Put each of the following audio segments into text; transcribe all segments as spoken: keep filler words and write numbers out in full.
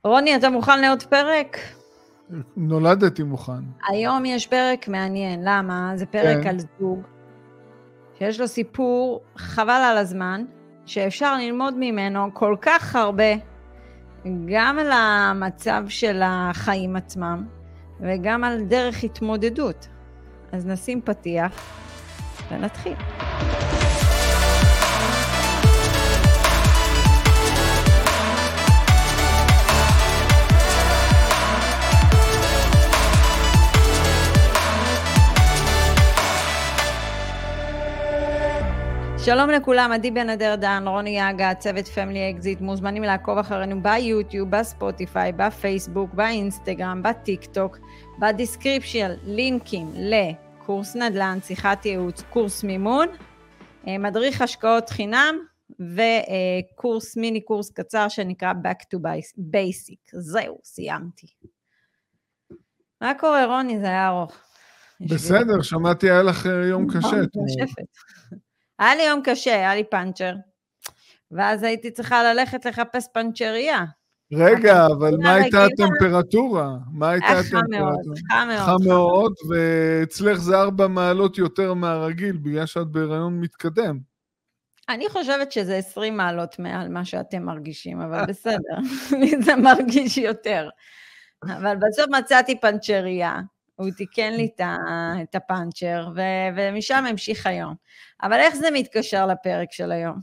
רוני, אתה מוכן לעוד פרק? נולדתי מוכן. היום יש פרק מעניין. למה? זה פרק כן. על זוג, שיש לו סיפור חבל על הזמן, שאפשר ללמוד ממנו כל כך הרבה, גם על המצב של החיים עצמם, וגם על דרך התמודדות. אז נשים פתיח, ונתחיל. שלום לכולם, עדי בן אדר דן, רוני יאגה, צוות פמילי אקזיט, מוזמנים לעקוב אחרינו ביוטיוב, בספוטיפיי, בפייסבוק, באינסטגרם, בטיק טוק, בדיסקריפשן, לינקים לקורס נדל"ן, שיחת ייעוץ, קורס מימון, מדריך השקעות חינם, וקורס מיני קורס קצר שנקרא Back to Basic. זהו, סיימתי. מה קורה רוני? זה היה ארוך. בסדר, שמעתי היה לך יום קשה. היה לי יום קשה, היה לי פאנצ'ר, ואז הייתי צריכה ללכת לחפש פאנצ'ריה. רגע, אבל מה הייתה הטמפרטורה? מה הייתה הטמפרטורה? חם מאוד, חם מאוד, ואצלך זה ארבע מעלות יותר מהרגיל, בגלל שאת בהיריון מתקדם. אני חושבת שזה עשרים מעלות מעל מה שאתם מרגישים, אבל בסדר, זה מרגיש יותר. אבל בסוף מצאתי פאנצ'ריה. הוא תיקן לי את הפאנצ'ר, ומשם המשיך היום. אבל איך זה מתקשר לפרק של היום?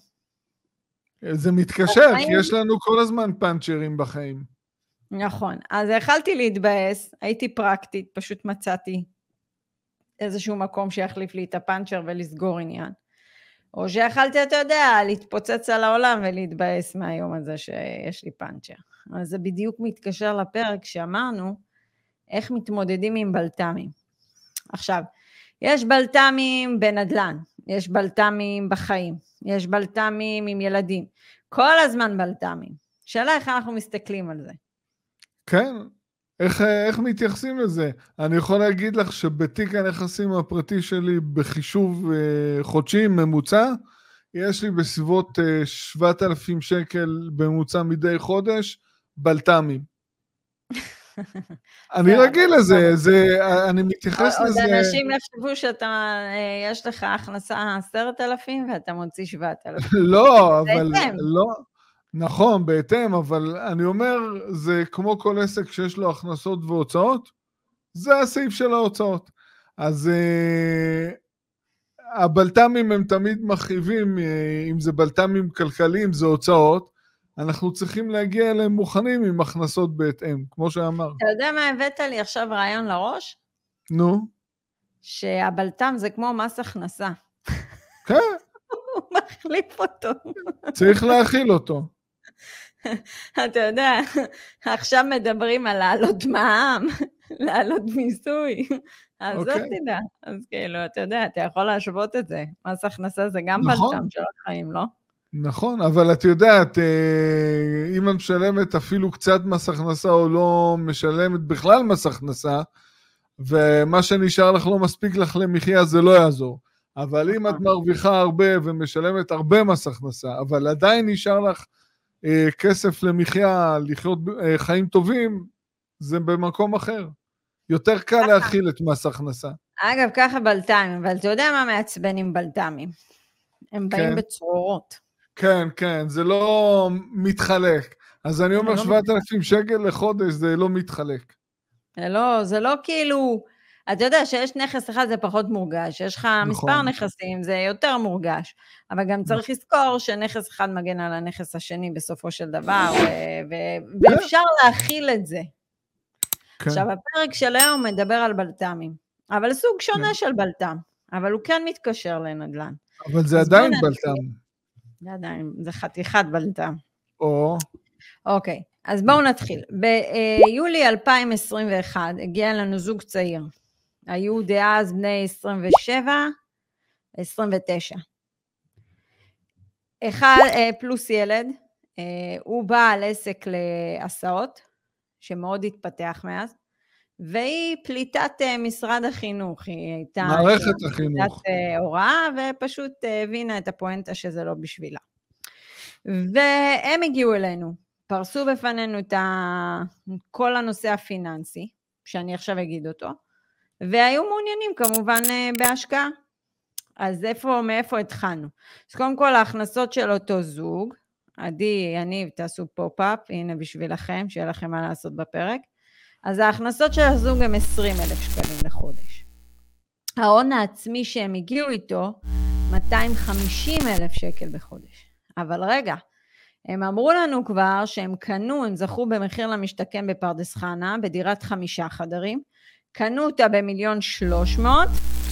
זה מתקשר, כי יש לנו כל הזמן פאנצ'רים בחיים. נכון, אז יכלתי להתבאס, הייתי פרקטית, פשוט מצאתי איזשהו מקום שיחליף לי את הפאנצ'ר ולסגור עניין. או שיכלתי, אתה יודע, להתפוצץ על העולם ולהתבאס מהיום הזה שיש לי פאנצ'ר. אז זה בדיוק מתקשר לפרק שאמרנו, איך מתמודדים עם בלת"מים. עכשיו, יש בלת"מים בנדל"ן, יש בלת"מים בחיים, יש בלת"מים עם ילדים, כל הזמן בלת"מים. שאלה איך אנחנו מסתכלים על זה. כן, איך, איך מתייחסים לזה? אני יכול להגיד לך שבתיק הנכסים הפרטי שלי בחישוב אה, חודשי ממוצע, יש לי בסביבות אה, שבעת אלפים שקל בממוצע מדי חודש בלת"מים. אני רגיל לזה, זה, אני מתייחס לזה. עוד אנשים יחשבו שאתה, יש לך הכנסה עשרת אלפים ואתה מוציא שבעת אלפים. לא, אבל, לא, נכון, בהתאם, אבל אני אומר, זה כמו כל עסק שיש לו הכנסות והוצאות, זה הסעיף של ההוצאות. אז הבלת"מים הם תמיד מכאיבים, אם זה בלת"מים כלכליים, זה הוצאות, אנחנו צריכים להגיע אליהם מוכנים עם הכנסות בהתאם, כמו שאמר. אתה יודע מה הבאת לי עכשיו רעיון לראש? נו? שהבלת"ם זה כמו מס הכנסה. כן. הוא מחליף אותו. צריך להכיל אותו. אתה יודע, עכשיו מדברים על לעלות מע"מ, לעלות מיסוי. אז זאת תדע. אז כאילו, אתה יודע, אתה יכול להשוות את זה. מס הכנסה זה גם בלת"ם של החיים, לא? נכון, אבל את יודעת, אם את משלמת אפילו קצת מס הכנסה או לא משלמת בכלל מס הכנסה, ומה שנשאר לך לא מספיק לך למחיה, זה לא יעזור. אבל אם את מרוויחה הרבה ומשלמת הרבה מס הכנסה, אבל עדיין נשאר לך כסף למחיה, לחיות חיים טובים, זה במקום אחר. יותר קל להכיל את מס הכנסה. אגב, ככה בלת"מים, אבל אתה יודע מה מעצבן עם בלת"מים? הם באים בצרורות. כן, כן, זה לא מתחלק. אז אני אומר שבעת אלפים שקל לחודש, זה לא מתחלק. לא, זה לא כאילו, אתה יודע שיש נכס אחד זה פחות מורגש, יש לך מספר נכסים, זה יותר מורגש, אבל גם צריך לזכור שנכס אחד מגן על הנכס השני בסופו של דבר, ואפשר להכיל את זה. עכשיו, הפרק של היום מדבר על בלת"מים, אבל סוג שונה של בלת"ם, אבל הוא כן מתקשר לנדל"ן. אבל זה עדיין בלת"ם. זה עדיין, זה חתיכת בלת"ם. או. אוקיי, אז בואו נתחיל. ביולי אלפיים עשרים ואחת הגיע לנו זוג צעיר. היו דאז בני עשרים ושבע, עשרים ותשע. אחד פלוס ילד, הוא בעל עסק להסעות, שמאוד התפתח מאז, והיא פליטת משרד החינוך, היא הייתה מערכת החינוך, פליטת הוראה, ופשוט הבינה את הפואנטה שזה לא בשבילה. והם הגיעו אלינו, פרסו בפנינו את ה... כל הנושא הפיננסי, שאני עכשיו אגיד אותו, והיו מעוניינים כמובן בהשקעה. אז איפה, מאיפה התחלנו? אז קודם כל ההכנסות של אותו זוג, עדי, יניב, תעשו פופ-אפ, הנה בשבילכם, שיהיה לכם מה לעשות בפרק. אז ההכנסות של הזוג הם עשרים אלף שקלים לחודש. ההון העצמי שהם הגיעו איתו, מאתיים וחמישים אלף שקל בחודש. אבל רגע, הם אמרו לנו כבר שהם קנו, הם זכו במחיר למשתכן בפרדס חנה, בדירת חמישה חדרים, קנו אותה במיליון שלוש מאות,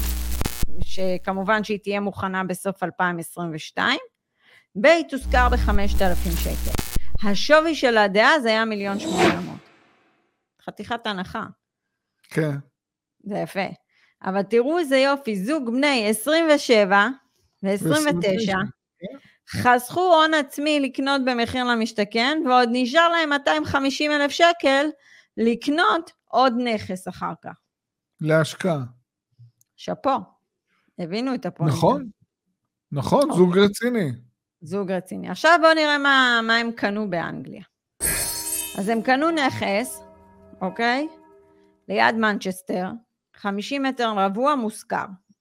שכמובן שהיא תהיה מוכנה בסוף אלפיים עשרים ושתיים, והיא תוזכר ב-חמשת אלפים שקל. השווי של הדעה זה היה מיליון שמונה מאות. חתיכת הנחה. כן. זה יפה. אבל תראו איזה יופי, זוג בני עשרים ושבע ו-עשרים ותשע, חסכו הון עצמי לקנות במחיר למשתכן, ועוד נשאר להם מאתיים וחמישים אלף שקל לקנות עוד נכס אחר כך. להשקעה. שפו. הבינו את הפואנטה. נכון, נכון, זוג רציני. זוג רציני. עכשיו בואו נראה מה, מה הם קנו באנגליה. אז הם קנו נכס, אוקיי? ליד מנצ'סטר, חמישים מטר רבוע מושכר.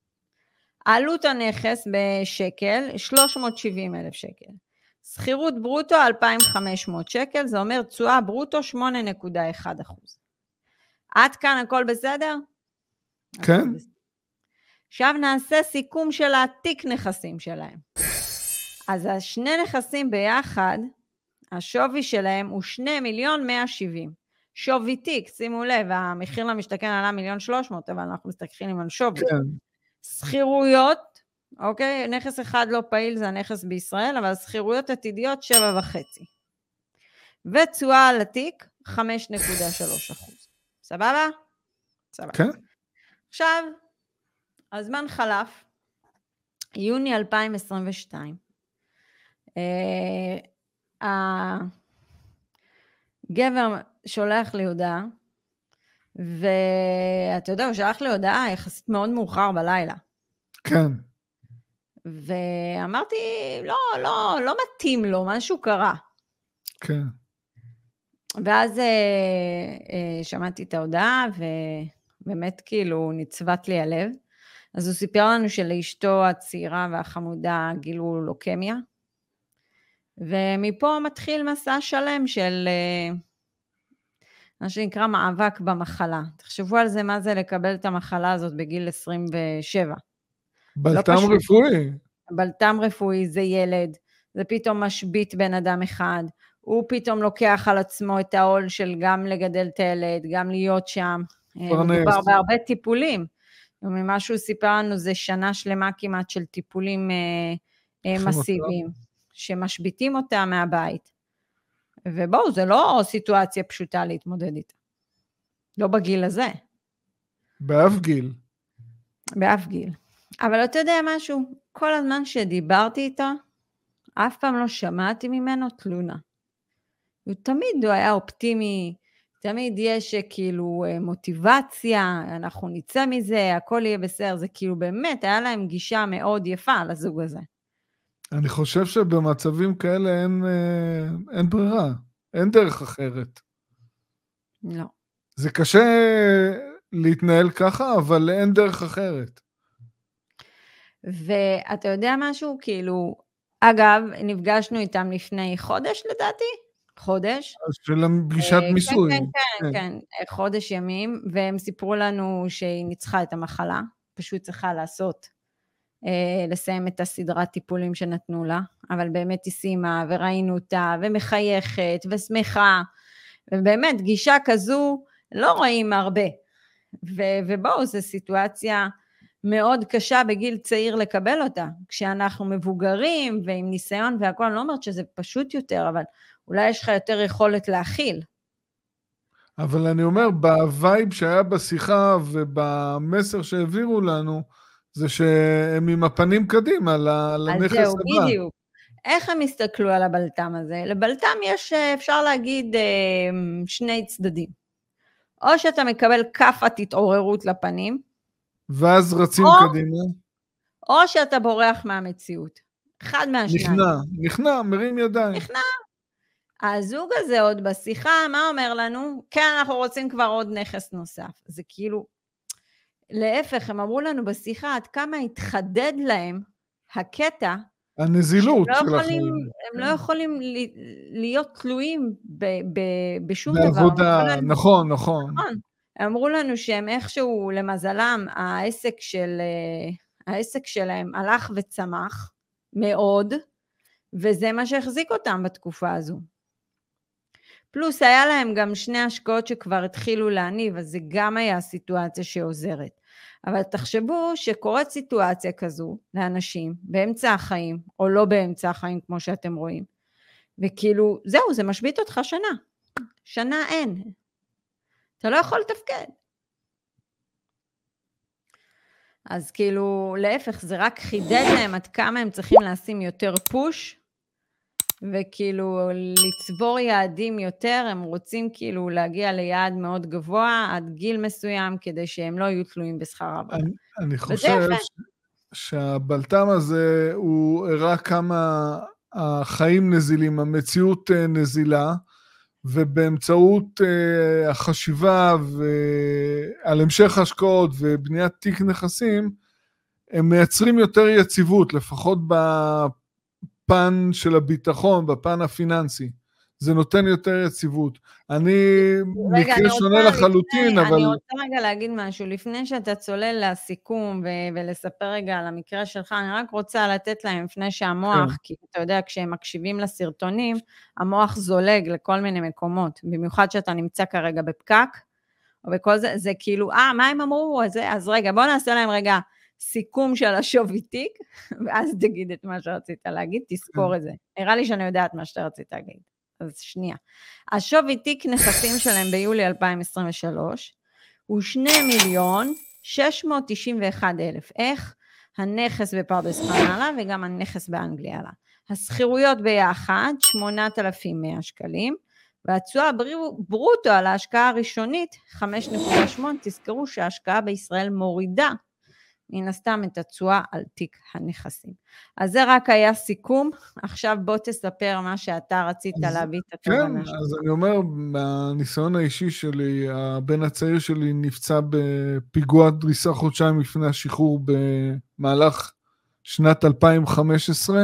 עלות הנכס בשקל, שלוש מאות ושבעים אלף שקל. שכירות ברוטו, אלפיים וחמש מאות שקל, זה אומר תשואה ברוטו שמונה נקודה אחת אחוז. עד כאן הכל בסדר? כן. עכשיו נעשה סיכום של העתיק נכסים שלהם. אז השני נכסים ביחד, השווי שלהם הוא שני מיליון מאה שבעים. שווי תיק, שימו לב, המחיר למשתכן עלה מיליון שלוש מאות, אבל אנחנו מסתכלים על שווי. כן. שכירויות, אוקיי, נכס אחד לא פעיל זה הנכס בישראל, אבל שכירויות עתידיות שבע וחצי. ותשואה על התיק, חמש נקודה שלוש אחוז. סבבה? סבבה. כן. עכשיו, הזמן חלף, יוני אלפיים עשרים ושתיים, הגבר שולח לי הודעה, ואתה יודע, הוא שלח לי הודעה יחסית מאוד מאוחר בלילה. כן. ואמרתי, לא, לא, לא מתאים לו, משהו קרה. כן. ואז שמעתי את ההודעה, ובאמת כאילו נצבת לי הלב. אז הוא סיפר לנו שלאשתו הצעירה והחמודה גילו לוקמיה, ומפה מתחיל מסע שלם של מה שנקרא מאבק במחלה. תחשבו על זה, מה זה לקבל את המחלה הזאת בגיל עשרים ושבע. בלטם לא רפואי. בלטם רפואי זה ילד, זה פתאום משבית בן אדם אחד, הוא פתאום לוקח על עצמו את העול של גם לגדל את הילד, גם להיות שם, מדובר בהרבה טיפולים. וממה שהוא סיפר לנו זה שנה שלמה כמעט של טיפולים מסיביים, שמשביתים אותה מהבית. ובואו, זה לא סיטואציה פשוטה להתמודד איתה. לא בגיל הזה. באף גיל. באף גיל. אבל אתה יודע משהו, כל הזמן שדיברתי איתו, אף פעם לא שמעתי ממנו תלונה. הוא תמיד הוא היה אופטימי, תמיד יש כאילו מוטיבציה, אנחנו נצא מזה, הכל יהיה בסדר, זה כאילו באמת, היה להם גישה מאוד יפה לזוג הזה. אני חושב שבמצבים כאלה אין, אין ברירה, אין דרך אחרת. לא. זה קשה להתנהל ככה, אבל אין דרך אחרת. ואתה יודע משהו? כאילו, אגב, נפגשנו איתם לפני חודש לדעתי, חודש. של פגישת מיסוי. כן, כן, כן, כן, חודש ימים, והם סיפרו לנו שהיא ניצחה את המחלה, פשוט צריכה לעשות, לסיים את הסדרת טיפולים שנתנו לה, אבל באמת היא סיימה, וראינו אותה, ומחייכת, ושמחה, ובאמת, גישה כזו לא רואים הרבה, ובואו, זו סיטואציה מאוד קשה בגיל צעיר לקבל אותה, כשאנחנו מבוגרים, ועם ניסיון והכל, אני לא אומרת שזה פשוט יותר, אבל אולי יש לך יותר יכולת להכיל. אבל אני אומר, בווייב שהיה בשיחה, ובמסר שהעבירו לנו, זה שהם עם הפנים קדימה, לנכס הבא. אז זהו, בדיוק. איך הם הסתכלו על הבלטם הזה? לבלטם יש, אפשר להגיד, שני צדדים. או שאתה מקבל כפת התעוררות לפנים, ואז רצים או, קדימה. או שאתה בורח מהמציאות. אחד מהשניים. נכנע, נכנע, מרים ידיים. נכנע. הזוג הזה עוד בשיחה, מה אומר לנו? כן, אנחנו רוצים כבר עוד נכס נוסף. זה כאילו, להפך, הם אמרו לנו בשיחה, עד כמה התחדד להם הקטע, הנזילות לא של יכולים, החיים. הם לא יכולים להיות תלויים ב, ב, בשום בעבודה, דבר. נכון, נכון. נכון. הם אמרו לנו שהם איכשהו, למזלם, העסק, של, העסק שלהם הלך וצמח מאוד, וזה מה שהחזיק אותם בתקופה הזו. פלוס היה להם גם שני השקעות שכבר התחילו להניב, אז זה גם היה סיטואציה שעוזרת. אבל תחשבו שקורית סיטואציה כזו לאנשים באמצע החיים, או לא באמצע החיים כמו שאתם רואים, וכאילו זהו, זה משבית אותך שנה. שנה אין. אתה לא יכול לתפקד. אז כאילו להפך, זה רק חידד להם עד כמה הם צריכים לשים יותר פוש, וכאילו לצבור יעדים יותר, הם רוצים כאילו להגיע ליעד מאוד גבוה, עד גיל מסוים, כדי שהם לא יהיו תלויים בשכר עבודה. אני, אני חושב ש, שהבלטם הזה הוא הראה כמה החיים נזילים, המציאות נזילה, ובאמצעות uh, החשיבה ועל המשך השקעות ובניית תיק נכסים, הם מייצרים יותר יציבות, לפחות בפן של הביטחון, בפן הפיננסי. זה נותן יותר יציבות. אני רגע, מקרה אני שונה רוצה, לחלוטין, לפני, אבל... אני רוצה רגע להגיד משהו, לפני שאתה צולל לסיכום ו- ולספר רגע על המקרה שלך, אני רק רוצה לתת להם לפני שהמוח, כן. כי אתה יודע, כשהם מקשיבים לסרטונים, המוח זולג לכל מיני מקומות, במיוחד שאתה נמצא כרגע בפקק, או בכל זה, זה כאילו, אה, מה הם אמרו? אז, אז רגע, בוא נעשה להם רגע סיכום של השווי תיק, ואז תגיד את מה שרצית להגיד, תזכור את זה. נראה לי שאני יודעת מה שאתה רצית להגיד. אז שנייה. השווי תיק נכסים שלהם ביולי אלפיים עשרים ושלוש הוא שני מיליון שש מאות תשעים ואחת אלף. איך? הנכס בפרדס חנה וגם הנכס באנגליה עלה. הסחירויות ביחד שמונת אלפים ומאה שקלים, והתשואה ברוטו על ההשקעה הראשונית חמש נקודה שמונה. תזכרו שההשקעה בישראל מורידה מן הסתם את התשואה על תיק הנכסים. אז זה רק היה סיכום, עכשיו בוא תספר מה שאתה רצית אז, להביא את התובנה כן, שלך. אז אני אומר, מהניסיון האישי שלי, הבן הצעיר שלי נפצע בפיגוע דריסה חודשיים לפני השחרור במהלך שנת אלפיים וחמש עשרה,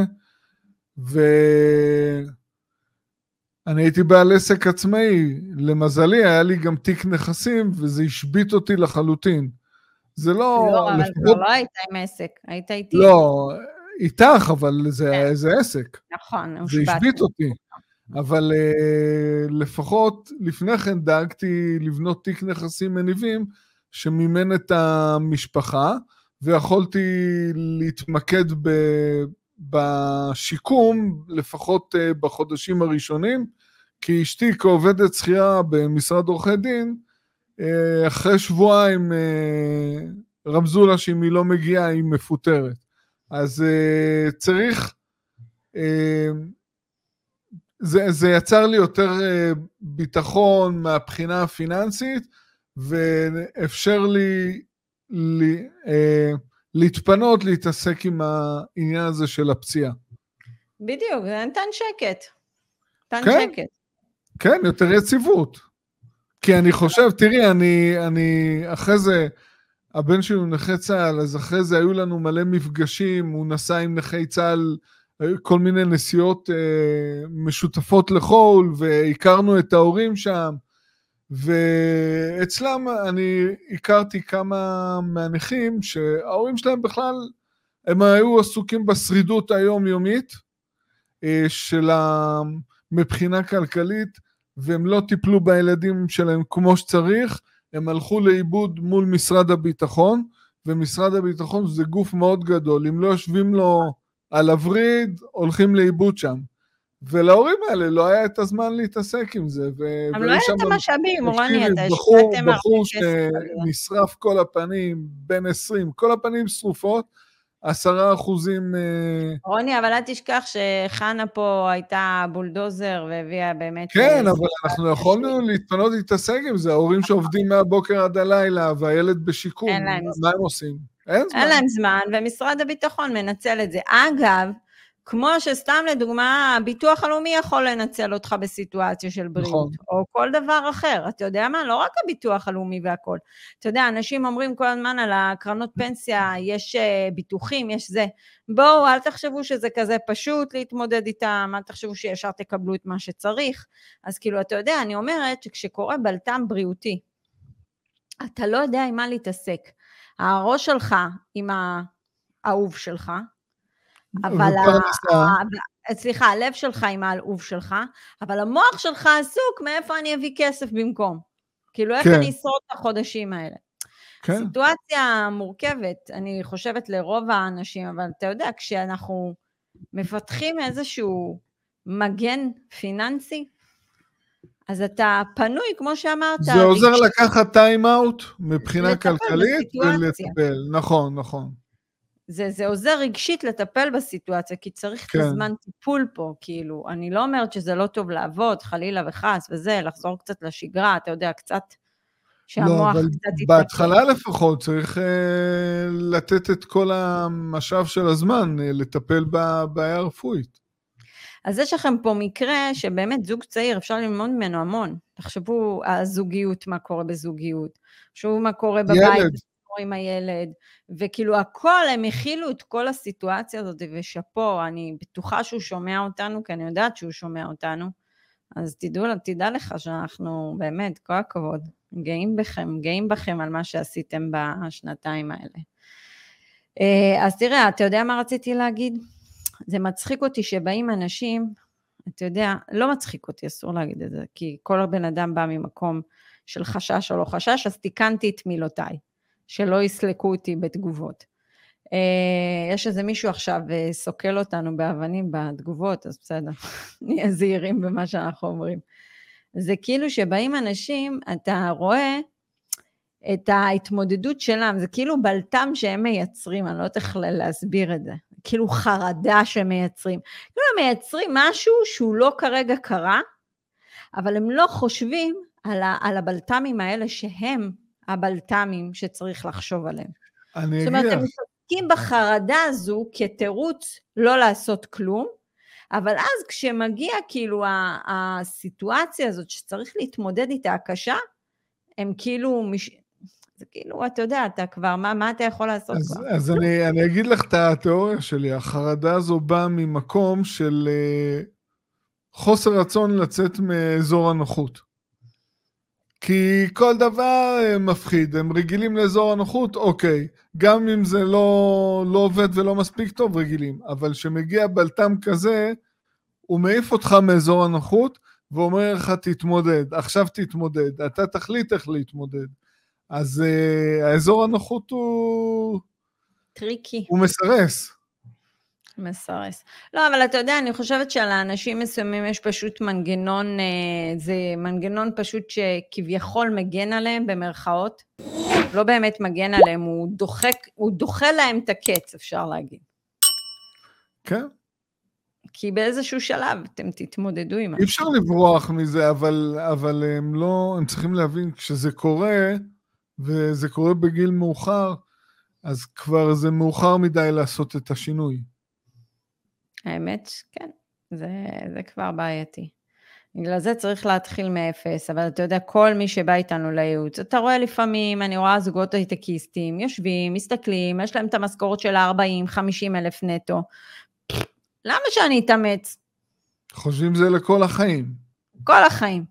ואני הייתי בעל עסק עצמאי, למזלי היה לי גם תיק נכסים, וזה השבית אותי לחלוטין. זה לא... לא, אבל לפחות... לא היית עם עסק, היית איתי. לא, איתך, אבל זה, זה עסק. נכון, זה השבית אותי. אבל uh, לפחות לפני כן דאגתי לבנות תיק נכסים מניבים, שמימן את המשפחה, ויכולתי להתמקד ב, בשיקום, לפחות uh, בחודשים הראשונים, כי אשתי כעובדת שכירה במשרד עורכי דין, אחרי שבועיים רמזו לה שאם היא לא מגיעה היא מפוטרת. אז צריך, זה, זה יצר לי יותר ביטחון מהבחינה הפיננסית, ואפשר לי, לי להתפנות, להתעסק עם העניין הזה של הפציעה. בדיוק, זה נתן שקט. נתן כן, שקט. כן, יותר יציבות. כי אני חושב, תראי, אני, אני, אחרי זה, הבן שלי הוא נכה צהל, אז אחרי זה היו לנו מלא מפגשים, הוא נסע עם נכי צהל, כל מיני נסיעות אה, משותפות לחול, והכרנו את ההורים שם, ואצלם אני הכרתי כמה מהנכים, שההורים שלהם בכלל, הם היו עסוקים בשרידות היומיומית, אה, של מבחינה כלכלית, והם לא טיפלו בילדים שלהם כמו שצריך, הם הלכו לאיבוד מול משרד הביטחון, ומשרד הביטחון זה גוף מאוד גדול, אם לא יושבים לו על הווריד, הולכים לאיבוד שם. ולהורים האלה לא היה את הזמן להתעסק עם זה. אבל לא היה את המשאבים, רוני, אתה השקעתם הרבה בחור שנשרף כל הפנים, בין עשרים, כל הפנים שרופות, עשרה אחוזים... רוני, אבל אל תשכח שחנה פה הייתה בולדוזר והביאה באמת... כן, אבל אנחנו יכולנו להתפנות להתעסק עם זה, ההורים שעובדים מהבוקר עד הלילה, והילד בשיקום, מה הם עושים? אין להם זמן, ומשרד הביטחון מנצל את זה. אגב, כמו שסתם לדוגמה, הביטוח הלאומי יכול לנצל אותך בסיטואציה של בריאות, נכון. או כל דבר אחר. אתה יודע מה? לא רק הביטוח הלאומי והכל. אתה יודע, אנשים אומרים כל הזמן על הקרנות פנסיה, יש uh, ביטוחים, יש זה. בואו, אל תחשבו שזה כזה פשוט להתמודד איתם, אל תחשבו שישר תקבלו את מה שצריך. אז כאילו, אתה יודע, אני אומרת שכשקורה בלטם בריאותי, אתה לא יודע עם מה להתעסק. הראש שלך עם האהוב שלך, אבל ה... סליחה, הלב שלך עם האהוב שלך, אבל המוח שלך עסוק מאיפה אני אביא כסף במקום. כאילו, איך כן. אני אשרוד את החודשים האלה. כן. סיטואציה מורכבת, אני חושבת לרוב האנשים, אבל אתה יודע, כשאנחנו מפתחים איזשהו מגן פיננסי, אז אתה פנוי, כמו שאמרת. זה עוזר רגשי... לקחת טיים אאוט מבחינה כלכלית ולטפל, נכון, נכון. זה, זה עוזר רגשית לטפל בסיטואציה, כי צריך כן. את הזמן טיפול פה, כאילו, אני לא אומרת שזה לא טוב לעבוד, חלילה וחס וזה, לחזור קצת לשגרה, אתה יודע, קצת, שהמוח לא, קצת יתפתח. בהתחלה לפחות צריך אה, לתת את כל המשאב של הזמן, אה, לטפל בבעיה הרפואית. אז יש לכם פה מקרה שבאמת זוג צעיר, אפשר ללמוד ממנו המון. תחשבו הזוגיות, מה קורה בזוגיות. תחשבו מה קורה בבית. ילד. עם הילד, וכאילו הכל, הם הכילו את כל הסיטואציה הזאת, ושפו, אני בטוחה שהוא שומע אותנו, כי אני יודעת שהוא שומע אותנו, אז תדעו, תדע לך שאנחנו באמת, כל הכבוד, גאים בכם, גאים בכם על מה שעשיתם בשנתיים האלה. אז תראה, אתה יודע מה רציתי להגיד? זה מצחיק אותי שבאים אנשים, אתה יודע, לא מצחיק אותי, אסור להגיד את זה, כי כל בן אדם בא ממקום של חשש או לא חשש, אז תיקנתי את מילותיי. שלא יסלקו אותי בתגובות. יש איזה מישהו עכשיו סוקל אותנו באבנים בתגובות, אז בסדר, נהיה זהירים במה שאנחנו אומרים. זה כאילו שבאים אנשים, אתה רואה את ההתמודדות שלהם, זה כאילו בלטם שהם מייצרים, אני לא יודעת איך להסביר את זה, כאילו חרדה שהם מייצרים. כאילו הם מייצרים משהו שהוא לא כרגע קרה, אבל הם לא חושבים על, ה- על הבלטמים האלה שהם, הבלטמים שצריך לחשוב עליהם. אני זאת אומרת, אגיע. הם מתעסקים בחרדה הזו כתירוץ לא לעשות כלום, אבל אז כשמגיע כאילו הסיטואציה הזאת שצריך להתמודד איתה הקשה, הם כאילו, מש... זה כאילו, אתה יודע, אתה כבר, מה, מה אתה יכול לעשות אז, כבר? אז אני, אני אגיד לך את התיאוריה שלי, החרדה הזו באה ממקום של חוסר רצון לצאת מאזור הנוחות. כי כל דבר מפחיד, הם רגילים לאזור הנוחות, אוקיי, גם אם זה לא, לא עובד ולא מספיק טוב, רגילים, אבל שמגיע בלטם כזה, הוא מעיף אותך מאזור הנוחות, ואומר לך תתמודד, עכשיו תתמודד, אתה תחליט איך להתמודד. אז uh, האזור הנוחות הוא... טריקי. הוא מסרס. מסרס. לא, אבל אתה יודע, אני חושבת שעל האנשים מסוימים יש פשוט מנגנון, זה מנגנון פשוט שכביכול מגן עליהם במרכאות, לא באמת מגן עליהם, הוא דוחק, הוא דוחה להם את הקץ, אפשר להגיד. כן. כי באיזשהו שלב אתם תתמודדו עם זה. אי אפשר לברוח מזה, אבל, אבל הם לא, הם צריכים להבין, כשזה קורה, וזה קורה בגיל מאוחר, אז כבר זה מאוחר מדי לעשות את השינוי. האמת, כן, זה, זה כבר בעייתי. בגלל זה צריך להתחיל מאפס, אבל אתה יודע, כל מי שבא איתנו לייעוץ, אתה רואה לפעמים, אני רואה זוגות הייטקיסטים, יושבים, מסתכלים, יש להם את המשכורת של ארבעים חמישים אלף נטו. למה שאני אתאמץ? חושבים זה לכל החיים. כל החיים.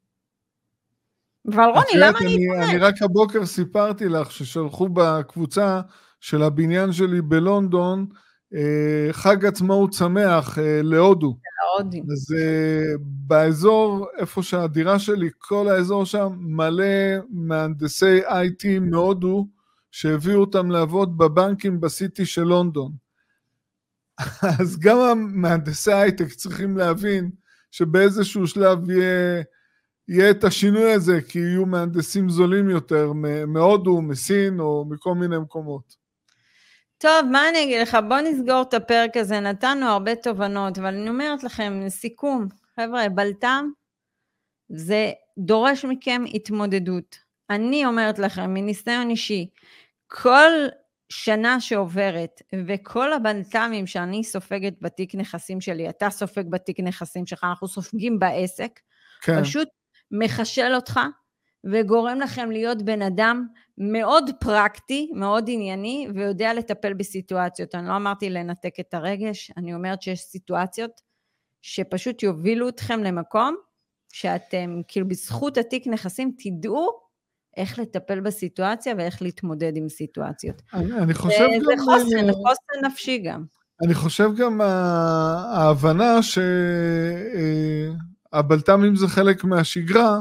אבל רוני, למה אני אתאמץ? אני רק הבוקר סיפרתי לך ששלחו בקבוצה של הבניין שלי בלונדון, חג עצמאות שמח להודו. להודו. אז באזור, איפה שהדירה שלי, כל האזור שם מלא מהנדסי איי טי מהודו, שהביאו אותם לעבוד בבנקים בסיטי של לונדון. אז גם המהנדסי הייטק צריכים להבין שבאיזשהו שלב יהיה, יהיה את השינוי הזה, כי יהיו מהנדסים זולים יותר מהודו, מסין או מכל מיני מקומות. טוב, מה אני אגיד לך? בוא נסגור את הפרק הזה, נתנו הרבה תובנות, אבל אני אומרת לכם, לסיכום, חבר'ה, בלטם, זה דורש מכם התמודדות. אני אומרת לכם, מניסיון אישי, כל שנה שעוברת, וכל הבנת"מים שאני סופגת בתיק נכסים שלי, אתה סופג בתיק נכסים שלך, אנחנו סופגים בעסק, כן. פשוט מחשל אותך, וגורם לכם להיות בן אדם מאוד פרקטי, מאוד ענייני, ויודע לטפל בסיטואציות. אני לא אמרתי לנתק את הרגש, אני אומרת שיש סיטואציות, שפשוט יובילו אתכם למקום, שאתם, כאילו בזכות התיק נכסים, תדעו, איך לטפל בסיטואציה, ואיך להתמודד עם סיטואציות. אני, אני חושב זה, גם... זה חוסן, זה חוסן נפשי גם. אני חושב גם ההבנה שהבלת"מים זה חלק מהשגרה,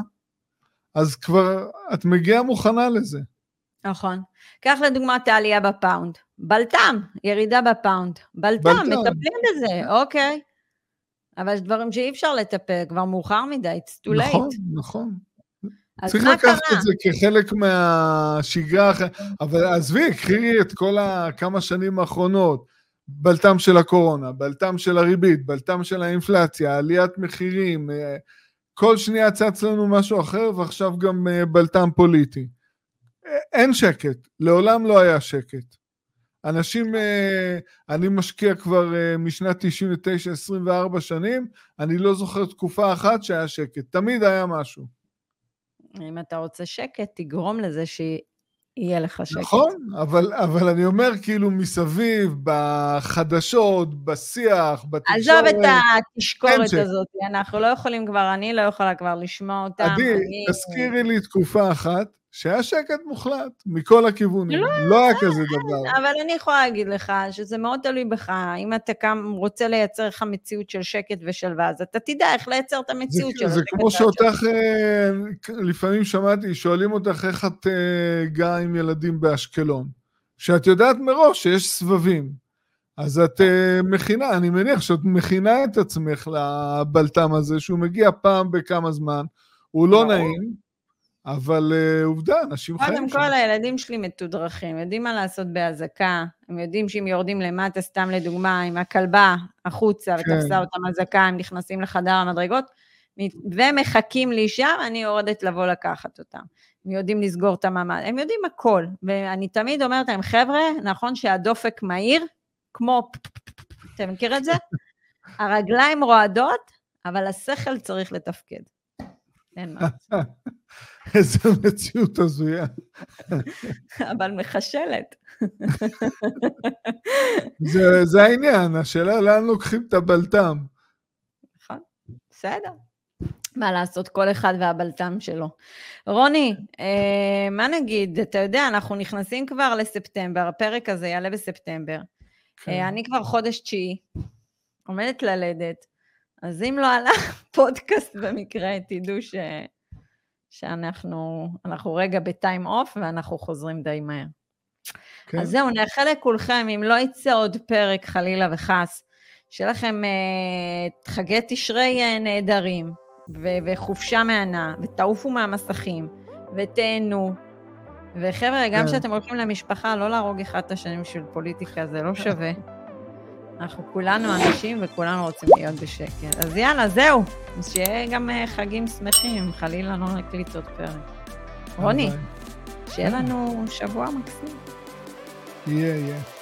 אז כבר את מגיעה מוכנה לזה. נכון. כך לדוגמה את העלייה בפאונד. בלת"ם, ירידה בפאונד. בלת"ם, מטפלים בזה, אוקיי. אבל יש דברים שאי אפשר לטפל, כבר מאוחר מדי, it's too late. נכון, נכון. צריך לקחת את זה כחלק מהשגרה, אבל עזבי, קחי את כל הכמה שנים האחרונות, בלת"ם של הקורונה, בלת"ם של הריבית, בלת"ם של האינפלציה, עליית מחירים, כל שנייה צץ לנו משהו אחר, ועכשיו גם בלת"ם פוליטי. אין שקט, לעולם לא היה שקט. אנשים, אני משקיע כבר משנת תשעים ותשע, עשרים וארבע שנים, אני לא זוכר תקופה אחת שהיה שקט, תמיד היה משהו. אם אתה רוצה שקט, תגרום לזה שיהיה לך שקט. נכון, אבל, אבל אני אומר כאילו מסביב, בחדשות, בשיח, בתקשורת. עזוב את התשקורת הזאת, אנחנו לא יכולים כבר, אני לא יכולה כבר לשמוע אותם. עדי, אני... תזכירי לי תקופה אחת, שהיה שקט מוחלט, מכל הכיוונים, לא, לא היה כזה דבר. אבל אני יכולה להגיד לך, שזה מאוד תלוי בך, אם אתה גם רוצה לייצר לך מציאות של שקט ושלווה, אז אתה תדע איך לייצר את המציאות של השקט. זה כמו שאותך, לפעמים שמעתי, שואלים אותך איך את גאה עם ילדים באשקלון, שאת יודעת מראש שיש סבבים, אז את מכינה, אני מניח שאת מכינה את עצמך לבלת"ם הזה, שהוא מגיע פעם בכמה זמן, הוא לא נעים, אבל uh, עובדה, אנשים חיים שם. קודם כל, הילדים שלי מתודרכים, יודעים מה לעשות בהזקה, הם יודעים שאם יורדים למטה, סתם לדוגמה, עם הכלבה החוצה, כן. ותפסה אותם הזקה, הם נכנסים לחדר המדרגות, ומחכים לי שם, אני יורדת לבוא לקחת אותם. הם יודעים לסגור את הממד, הם יודעים הכל, ואני תמיד אומרת להם, חבר'ה, נכון שהדופק מהיר, כמו, אתם מכיר את זה? הרגליים רועדות, אבל השכל צריך לתפקד. אין מה. איזה מציאות הזויה. אבל מחשלת. זה, זה העניין, השאלה לאן לוקחים את הבלת"ם. נכון, בסדר. מה לעשות, כל אחד והבלת"ם שלו. רוני, אה, מה נגיד? אתה יודע, אנחנו נכנסים כבר לספטמבר, הפרק הזה יעלה בספטמבר. כן. אה, אני כבר חודש תשיעי, עומדת ללדת, אז אם לא עלה פודקאסט במקרה, תדעו ש... שאנחנו אנחנו רגע בטיים אוף, ואנחנו חוזרים די מהר. כן. אז זהו, נאחל לכולכם, אם לא יצא עוד פרק חלילה וחס, שיהיה לכם uh, חגי תשרי uh, נהדרים, ו- וחופשה מענה, ותעופו מהמסכים, ותהנו, וחבר'ה, גם שאתם הולכים למשפחה, לא להרוג אחד את השנים של פוליטיקה, זה לא שווה. אנחנו כולנו אנשים וכולנו רוצים להיות בשקט. אז יאללה, זהו. אז שיהיה גם חגים שמחים, חלילה לא נקליט עוד פרק. רוני, שיהיה לנו שבוע מקסים. יהיה, יהיה.